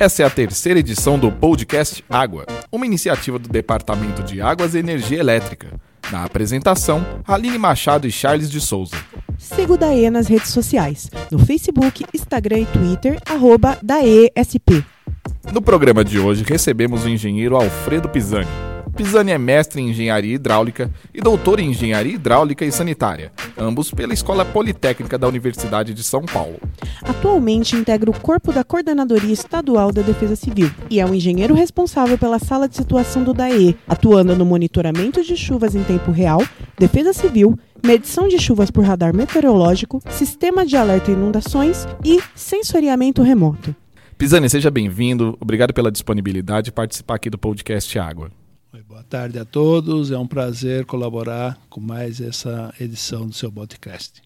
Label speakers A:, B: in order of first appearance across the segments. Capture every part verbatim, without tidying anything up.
A: Essa é a terceira edição do podcast Água, uma iniciativa do Departamento de Águas e Energia Elétrica. Na apresentação, Aline Machado e Charles de Souza.
B: Siga o D A E nas redes sociais, no Facebook, Instagram e Twitter, arroba D A E S P.
A: No programa de hoje recebemos o engenheiro Alfredo Pisani. Pisani é mestre em Engenharia Hidráulica e doutor em Engenharia Hidráulica e Sanitária, ambos pela Escola Politécnica da Universidade de São Paulo.
B: Atualmente integra o corpo da Coordenadoria Estadual da Defesa Civil e é o engenheiro responsável pela sala de situação do D A E, atuando no monitoramento de chuvas em tempo real, defesa civil, medição de chuvas por radar meteorológico, sistema de alerta inundações e sensoriamento remoto.
A: Pisani, seja bem-vindo. Obrigado pela disponibilidade de participar aqui do podcast Água.
C: Boa tarde a todos, é um prazer colaborar com mais essa edição do seu podcast.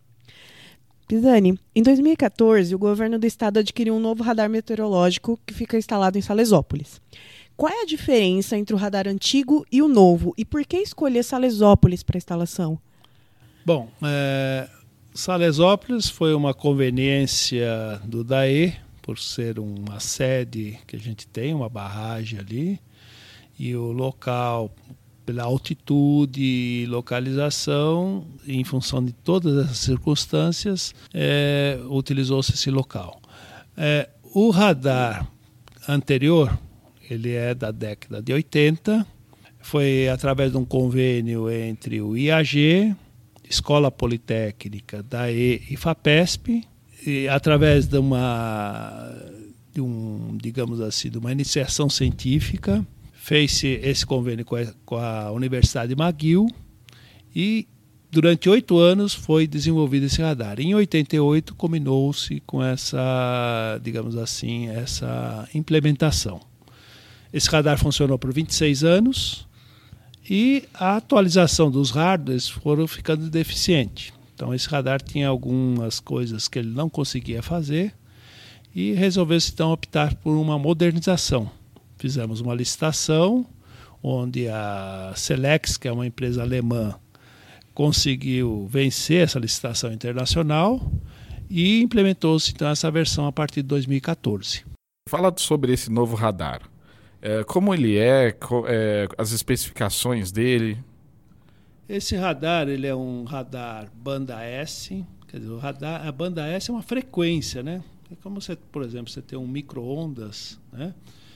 B: Pisani, em dois mil e catorze, o governo do estado adquiriu um novo radar meteorológico que fica instalado em Salesópolis. Qual é a diferença entre o radar antigo e o novo e por que escolher Salesópolis para a instalação?
C: Bom, é, Salesópolis foi uma conveniência do D A E, por ser uma sede que a gente tem, uma barragem ali, e o local, pela altitude e localização, em função de todas essas circunstâncias, é, utilizou-se esse local. É, o radar anterior, ele é da década de oitenta, foi através de um convênio entre o I A G, Escola Politécnica, D A E e FAPESP, e através de uma, de um, digamos assim, de uma iniciação científica, fez-se esse convênio com a, com a Universidade de McGill e durante oito anos foi desenvolvido esse radar. Em oitenta e oito combinou-se com essa, digamos assim, essa implementação. Esse radar funcionou por vinte e seis anos e a atualização dos hardwares foram ficando deficiente. Então esse radar tinha algumas coisas que ele não conseguia fazer e resolveu-se então optar por uma modernização. Fizemos uma licitação onde a Selex, que é uma empresa alemã, conseguiu vencer essa licitação internacional e implementou-se então essa versão a partir de dois mil e catorze.
A: Fala sobre esse novo radar. É, como ele é, co- é, as especificações dele.
C: Esse radar ele é um radar banda S, quer dizer, o radar, a banda S é uma frequência, né? É como você, por exemplo, você tem um micro-ondas, né?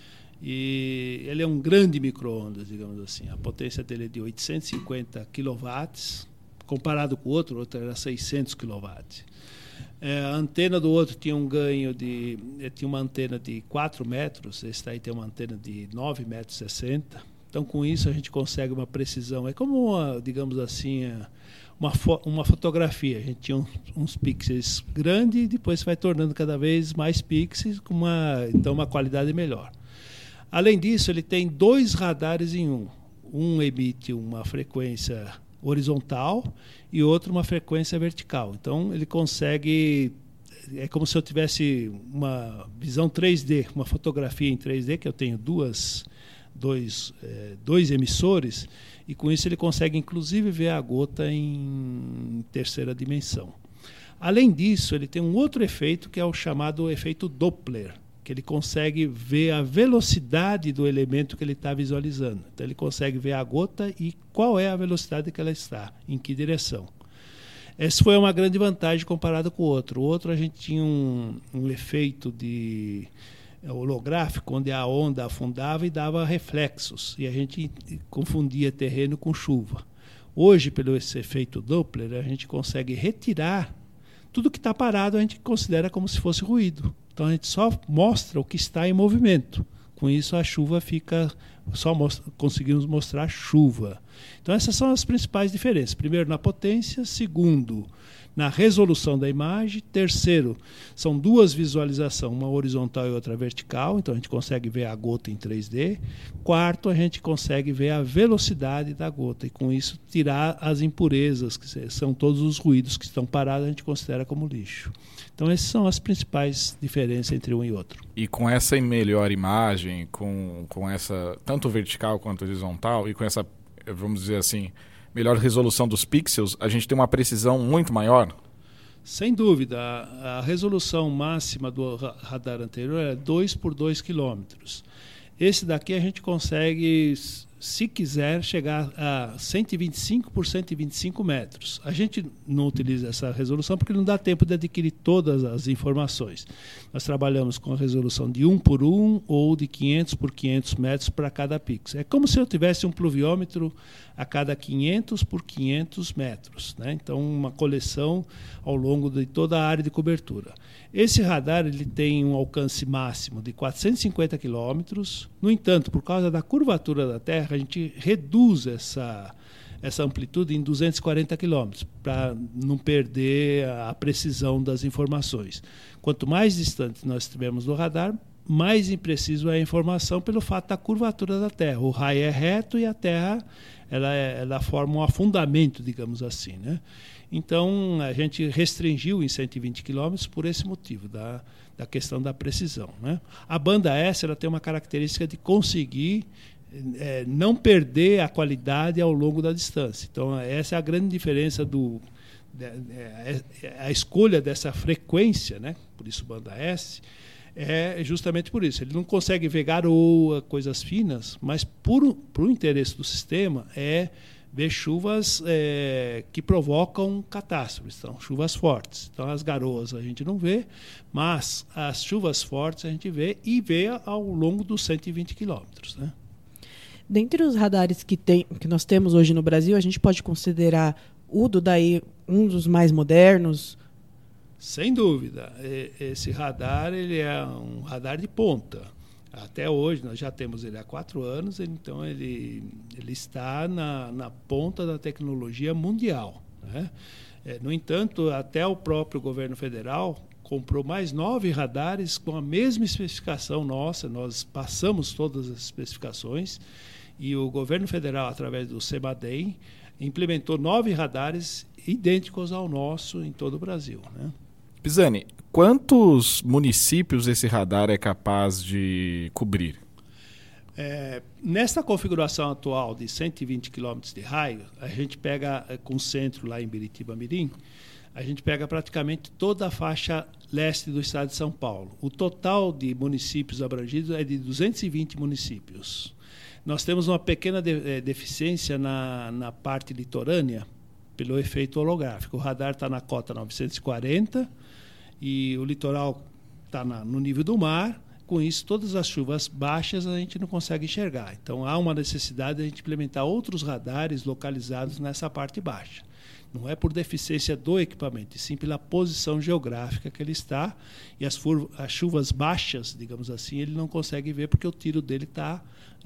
C: E ele é um grande micro-ondas, digamos assim. A potência dele é de oitocentos e cinquenta quilowatts, comparado com o outro, o outro era seiscentos quilowatts. É, a antena do outro tinha um ganho de... tinha uma antena de quatro metros, esse daí tem uma antena de nove metros e sessenta. Então, com isso, a gente consegue uma precisão. É como, uma, digamos assim, uma, fo- uma fotografia. A gente tinha uns, uns pixels grandes e depois vai tornando cada vez mais pixels, com uma, então uma qualidade melhor. Além disso, ele tem dois radares em um. Um emite uma frequência horizontal e outro uma frequência vertical. Então, ele consegue... É como se eu tivesse uma visão três D, uma fotografia em três D, que eu tenho duas, dois, é, dois emissores, e com isso ele consegue, inclusive, ver a gota em terceira dimensão. Além disso, ele tem um outro efeito, que é o chamado efeito Doppler, que ele consegue ver a velocidade do elemento que ele está visualizando. Então, ele consegue ver a gota e qual é a velocidade que ela está, em que direção. Essa foi uma grande vantagem comparado com o outro. O outro, a gente tinha um, um efeito de holográfico, onde a onda afundava e dava reflexos, e a gente confundia terreno com chuva. Hoje, pelo esse efeito Doppler, a gente consegue retirar tudo que está parado, a gente considera como se fosse ruído. Então a gente só mostra o que está em movimento. Com isso a chuva fica, só mostra, conseguimos mostrar chuva. Então essas são as principais diferenças. Primeiro na potência, segundo na resolução da imagem, terceiro são duas visualizações, uma horizontal e outra vertical, então a gente consegue ver a gota em três D. Quarto, a gente consegue ver a velocidade da gota e com isso tirar as impurezas, que são todos os ruídos que estão parados, a gente considera como lixo. Então essas são as principais diferenças entre um e outro.
A: E com essa melhor imagem, com, com essa tanto vertical quanto horizontal, e com essa, vamos dizer assim, melhor resolução dos pixels, a gente tem uma precisão muito maior?
C: Sem dúvida, a, a resolução máxima do radar anterior é dois por dois quilômetros. Esse daqui a gente consegue, se quiser, chegar a cento e vinte e cinco por cento e vinte e cinco metros. A gente não utiliza essa resolução porque não dá tempo de adquirir todas as informações. Nós trabalhamos com a resolução de um por um ou de quinhentos por quinhentos metros para cada pixel. É como se eu tivesse um pluviômetro a cada quinhentos por quinhentos metros, né? Então, uma coleção ao longo de toda a área de cobertura. Esse radar ele tem um alcance máximo de quatrocentos e cinquenta quilômetros. No entanto, por causa da curvatura da Terra, a gente reduz essa, essa amplitude em duzentos e quarenta quilômetros, para não perder a precisão das informações. Quanto mais distante nós estivermos do radar, mais impreciso é a informação pelo fato da curvatura da Terra. O raio é reto e a Terra ela, é, ela forma um afundamento, digamos assim, né? Então, a gente restringiu em cento e vinte quilômetros por esse motivo, da, da questão da precisão, né? A banda S ela tem uma característica de conseguir é, não perder a qualidade ao longo da distância. Então, essa é a grande diferença do... É, é, a escolha dessa frequência, né? Por isso banda S, é justamente por isso. Ele não consegue ver garoa, coisas finas, mas por, por o interesse do sistema é ver chuvas é, que provocam catástrofes, então, chuvas fortes. Então, as garoas a gente não vê, mas as chuvas fortes a gente vê e vê ao longo dos cento e vinte quilômetros, né?
B: Dentre os radares que, tem, que nós temos hoje no Brasil, a gente pode considerar o do D A E um dos mais modernos?
C: Sem dúvida. Esse radar ele é um radar de ponta. Até hoje, nós já temos ele há quatro anos, então ele, ele está na, na ponta da tecnologia mundial, né? É, no entanto, até o próprio governo federal comprou mais nove radares com a mesma especificação nossa, nós passamos todas as especificações, e o governo federal, através do SEMADEM, implementou nove radares idênticos ao nosso em todo o Brasil, né?
A: Pisani, quantos municípios esse radar é capaz de cobrir?
C: É, nesta configuração atual de cento e vinte quilômetros de raio, a gente pega, com o centro lá em Biritiba-Mirim, a gente pega praticamente toda a faixa leste do estado de São Paulo. O total de municípios abrangidos é de duzentos e vinte municípios. Nós temos uma pequena de, é, deficiência na, na parte litorânea, pelo efeito holográfico. O radar está na cota novecentos e quarenta e o litoral está no nível do mar. Com isso, todas as chuvas baixas a gente não consegue enxergar. Então, há uma necessidade de a gente implementar outros radares localizados nessa parte baixa. Não é por deficiência do equipamento, e sim pela posição geográfica que ele está. E as, as chuvas baixas, digamos assim, ele não consegue ver porque o tiro dele está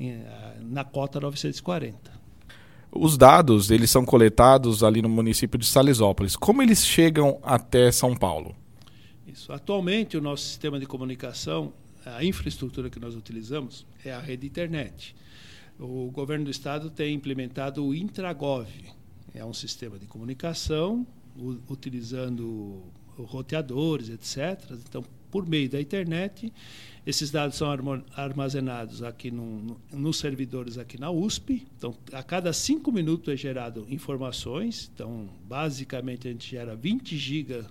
C: na cota novecentos e quarenta.
A: Os dados eles são coletados ali no município de Salesópolis. Como eles chegam até São Paulo?
C: Isso. Atualmente, o nosso sistema de comunicação, a infraestrutura que nós utilizamos é a rede internet. O governo do estado tem implementado o Intragov. É um sistema de comunicação u- utilizando roteadores, etcétera. Então, por meio da internet, esses dados são armazenados aqui no, no, nos servidores aqui na U S P. Então, a cada cinco minutos é gerado informações. Então, basicamente, a gente gera vinte gigas,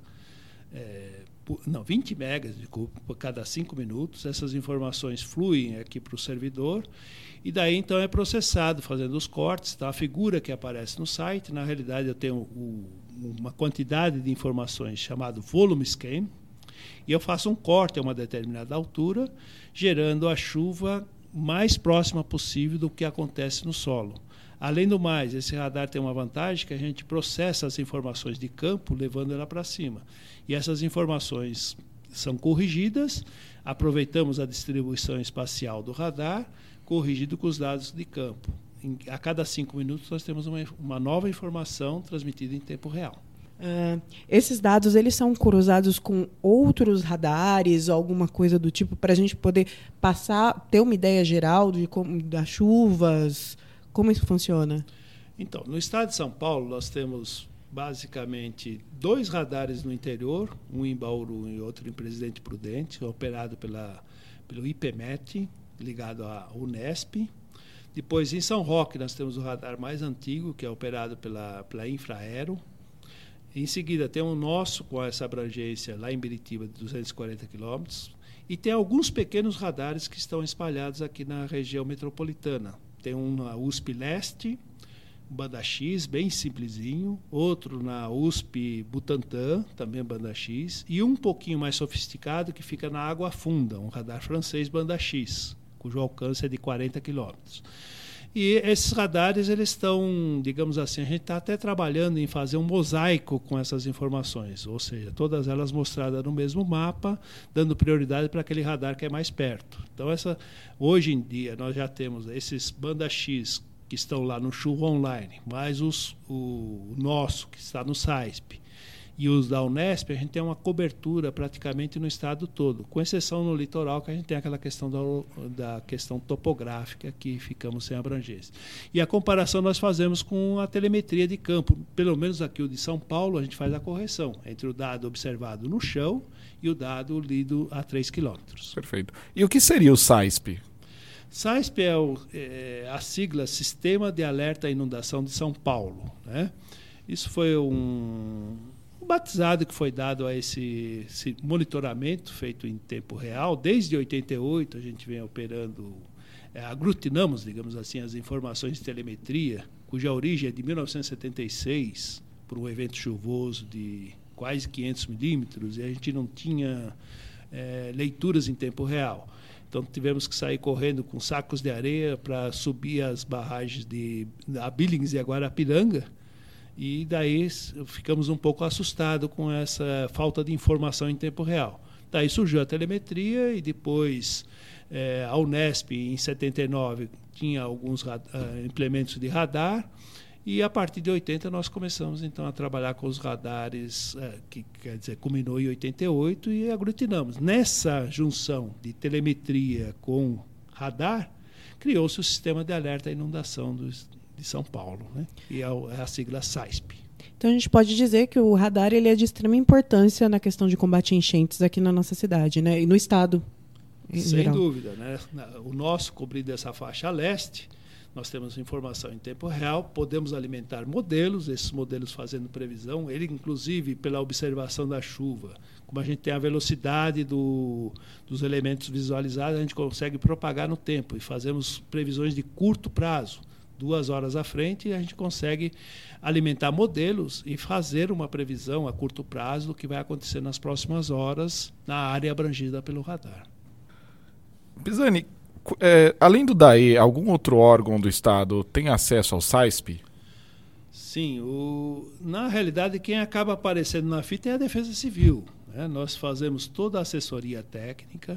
C: é, por, não, vinte megas, desculpa, por cada cinco minutos. Essas informações fluem aqui para o servidor e daí, então, é processado, fazendo os cortes. Então, a figura que aparece no site, na realidade, eu tenho o, uma quantidade de informações chamado volume scan, e eu faço um corte a uma determinada altura, gerando a chuva mais próxima possível do que acontece no solo. Além do mais, esse radar tem uma vantagem que a gente processa as informações de campo, levando ela para cima. E essas informações são corrigidas, aproveitamos a distribuição espacial do radar, corrigido com os dados de campo. Em, a cada cinco minutos nós temos uma, uma nova informação transmitida em tempo real.
B: Uh, esses dados eles são cruzados com outros radares, alguma coisa do tipo, para a gente poder passar, ter uma ideia geral de como, das chuvas, como isso funciona?
C: Então, no estado de São Paulo, nós temos basicamente dois radares no interior, um em Bauru e outro em Presidente Prudente, operado pela, pelo IPMET, ligado à Unesp. Depois, em São Roque, nós temos o radar mais antigo, que é operado pela, pela Infraero. Em seguida, tem o nosso com essa abrangência lá em Biritiba de duzentos e quarenta quilômetros. E tem alguns pequenos radares que estão espalhados aqui na região metropolitana. Tem um na U S P Leste, banda X, bem simplesinho. Outro na U S P Butantã, também banda X. E um pouquinho mais sofisticado que fica na Água Funda, um radar francês banda X, cujo alcance é de quarenta quilômetros. E esses radares, eles estão, digamos assim, a gente está até trabalhando em fazer um mosaico com essas informações, ou seja, todas elas mostradas no mesmo mapa, dando prioridade para aquele radar que é mais perto. Então, essa, hoje em dia, nós já temos esses banda X que estão lá no Chuva Online, mais os, o, o nosso, que está no SAISP, e os da Unesp, a gente tem uma cobertura praticamente no estado todo, com exceção no litoral, que a gente tem aquela questão da, da questão topográfica, que ficamos sem abrangência. E a comparação nós fazemos com a telemetria de campo, pelo menos aqui o de São Paulo, a gente faz a correção entre o dado observado no chão e o dado lido a três quilômetros.
A: Perfeito. E o que seria o SAISP?
C: SAISP é, o, é a sigla Sistema de Alerta à Inundação de São Paulo, né? Isso foi um... O batizado que foi dado a esse, esse monitoramento feito em tempo real, desde oitenta e oito a gente vem operando, é, aglutinamos, digamos assim, as informações de telemetria, cuja origem é de mil novecentos e setenta e seis, por um evento chuvoso de quase quinhentos milímetros, e a gente não tinha é, leituras em tempo real. Então tivemos que sair correndo com sacos de areia para subir as barragens de a Billings e a Guarapiranga, e daí ficamos um pouco assustados com essa falta de informação em tempo real. Daí surgiu a telemetria e depois é, a Unesp, em setenta e nove, tinha alguns uh, implementos de radar, e a partir de oitenta nós começamos então a trabalhar com os radares, uh, que quer dizer, culminou em oitenta e oito, e aglutinamos. Nessa junção de telemetria com radar, criou-se o sistema de alerta à inundação dos de São Paulo, né? E é a sigla SAISP.
B: Então a gente pode dizer que o radar ele é de extrema importância na questão de combate a enchentes aqui na nossa cidade, né? E no estado.
C: Sem
B: geral.
C: dúvida, né? O nosso cobrindo essa faixa leste, nós temos informação em tempo real, podemos alimentar modelos, esses modelos fazendo previsão, ele inclusive pela observação da chuva, como a gente tem a velocidade do, dos elementos visualizados, a gente consegue propagar no tempo e fazemos previsões de curto prazo. Duas horas à frente, e a gente consegue alimentar modelos e fazer uma previsão a curto prazo do que vai acontecer nas próximas horas na área abrangida pelo radar.
A: Pisani, é, além do D A E, algum outro órgão do Estado tem acesso ao SAISP?
C: Sim, o, na realidade quem acaba aparecendo na fita é a Defesa Civil, né? Nós fazemos toda a assessoria técnica.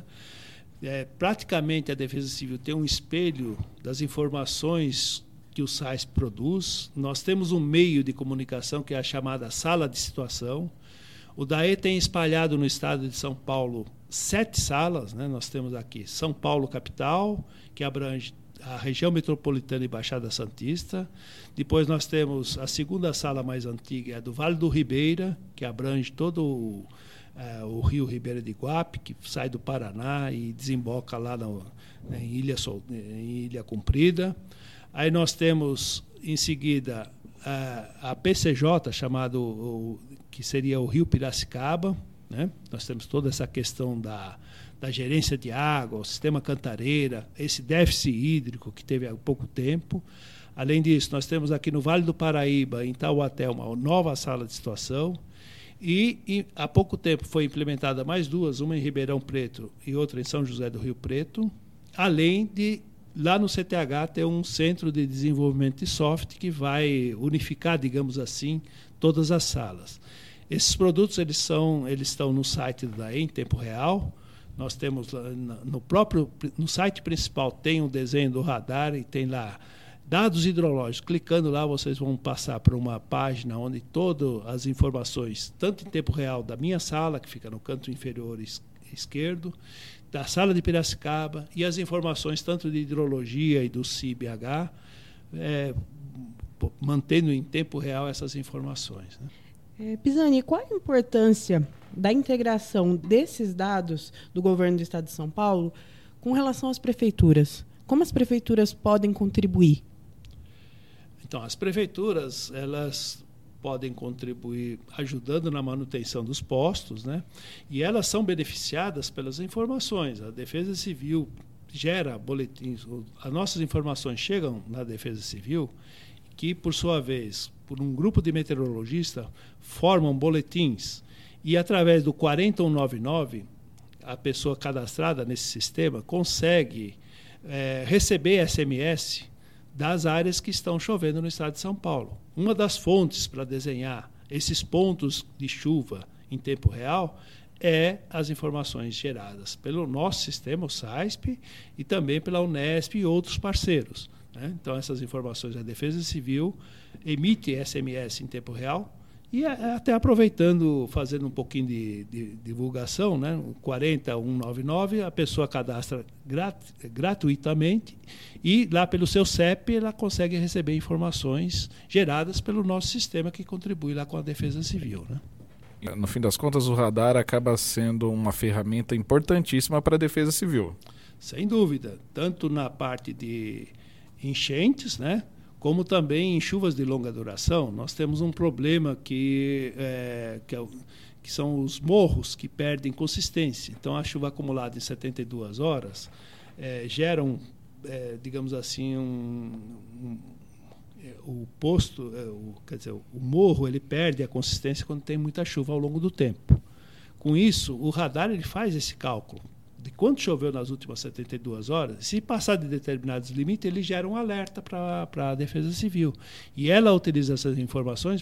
C: É, praticamente a Defesa Civil tem um espelho das informações que o SAISP produz. Nós temos um meio de comunicação que é a chamada sala de situação. O D A E tem espalhado no estado de São Paulo sete salas, né? Nós temos aqui São Paulo capital, que abrange a região metropolitana e Baixada Santista. Depois nós temos a segunda sala mais antiga, é a do Vale do Ribeira, que abrange todo o Uh, o rio Ribeira de Iguape, que sai do Paraná e desemboca lá no, né, em, Ilha Sol, em Ilha Comprida. Aí nós temos, em seguida, uh, a P C J, chamado, o, que seria o Rio Piracicaba, né? Nós temos toda essa questão da, da gerência de água, o sistema Cantareira, esse déficit hídrico que teve há pouco tempo. Além disso, nós temos aqui no Vale do Paraíba, em Taubaté, uma nova sala de situação. E, e há pouco tempo foi implementada mais duas, uma em Ribeirão Preto e outra em São José do Rio Preto, além de, lá no C T H, ter um centro de desenvolvimento de software que vai unificar, digamos assim, todas as salas. Esses produtos eles são, eles estão no site da D A E em tempo real. Nós temos no próprio no site principal tem um desenho do radar e tem lá dados hidrológicos. Clicando lá, vocês vão passar para uma página onde todas as informações, tanto em tempo real da minha sala, que fica no canto inferior es- esquerdo, da sala de Piracicaba, e as informações tanto de hidrologia e do C I B H, é, mantendo em tempo real essas informações, né?
B: É, Pisani, qual a importância da integração desses dados do governo do Estado de São Paulo com relação às prefeituras? Como as prefeituras podem contribuir?
C: Então, as prefeituras, elas podem contribuir ajudando na manutenção dos postos, né? E elas são beneficiadas pelas informações. A Defesa Civil gera boletins, as nossas informações chegam na Defesa Civil, que, por sua vez, por um grupo de meteorologistas, formam boletins. E, através do quarenta e um noventa e nove, a pessoa cadastrada nesse sistema consegue é, receber S M S das áreas que estão chovendo no estado de São Paulo. Uma das fontes para desenhar esses pontos de chuva em tempo real é as informações geradas pelo nosso sistema, o SAISP, e também pela Unesp e outros parceiros, né? Então, essas informações a Defesa Civil emite S M S em tempo real. E até aproveitando, fazendo um pouquinho de, de divulgação, né? O quarenta um noventa e nove, a pessoa cadastra grat, gratuitamente e lá pelo seu C E P ela consegue receber informações geradas pelo nosso sistema que contribui lá com a Defesa Civil, né?
A: No fim das contas, o radar acaba sendo uma ferramenta importantíssima para a Defesa Civil.
C: Sem dúvida, tanto na parte de enchentes, né? Como também em chuvas de longa duração. Nós temos um problema que, é, que, é, que são os morros que perdem consistência. Então, a chuva acumulada em setenta e duas horas é, geram, é, digamos assim, um, um, é, o posto, é, o, quer dizer, o morro ele perde a consistência quando tem muita chuva ao longo do tempo. Com isso, o radar ele faz esse cálculo de quanto choveu nas últimas setenta e duas horas. Se passar de determinados limites, ele gera um alerta para a Defesa Civil. E ela utiliza essas informações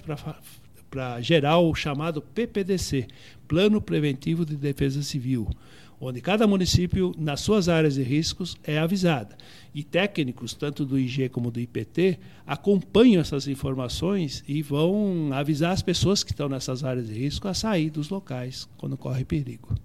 C: para gerar o chamado P P D C, Plano Preventivo de Defesa Civil, onde cada município, nas suas áreas de riscos, é avisada. E técnicos, tanto do I G como do I P T, acompanham essas informações e vão avisar as pessoas que estão nessas áreas de risco a sair dos locais quando corre perigo.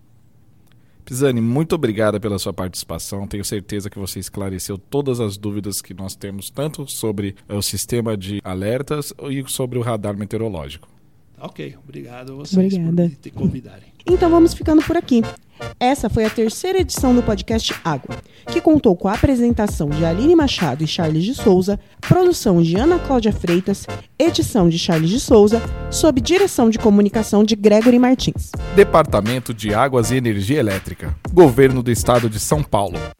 A: Pisani, muito obrigada pela sua participação. Tenho certeza que você esclareceu todas as dúvidas que nós temos, tanto sobre o sistema de alertas e sobre o radar meteorológico.
C: Ok, obrigado a vocês
B: Obrigada.
C: por te convidarem.
B: Então vamos ficando por aqui. Essa foi a terceira edição do podcast Água, que contou com a apresentação de Aline Machado e Charles de Souza, produção de Ana Cláudia Freitas, edição de Charles de Souza, sob direção de comunicação de Gregory Martins.
A: Departamento de Águas e Energia Elétrica, Governo do Estado de São Paulo.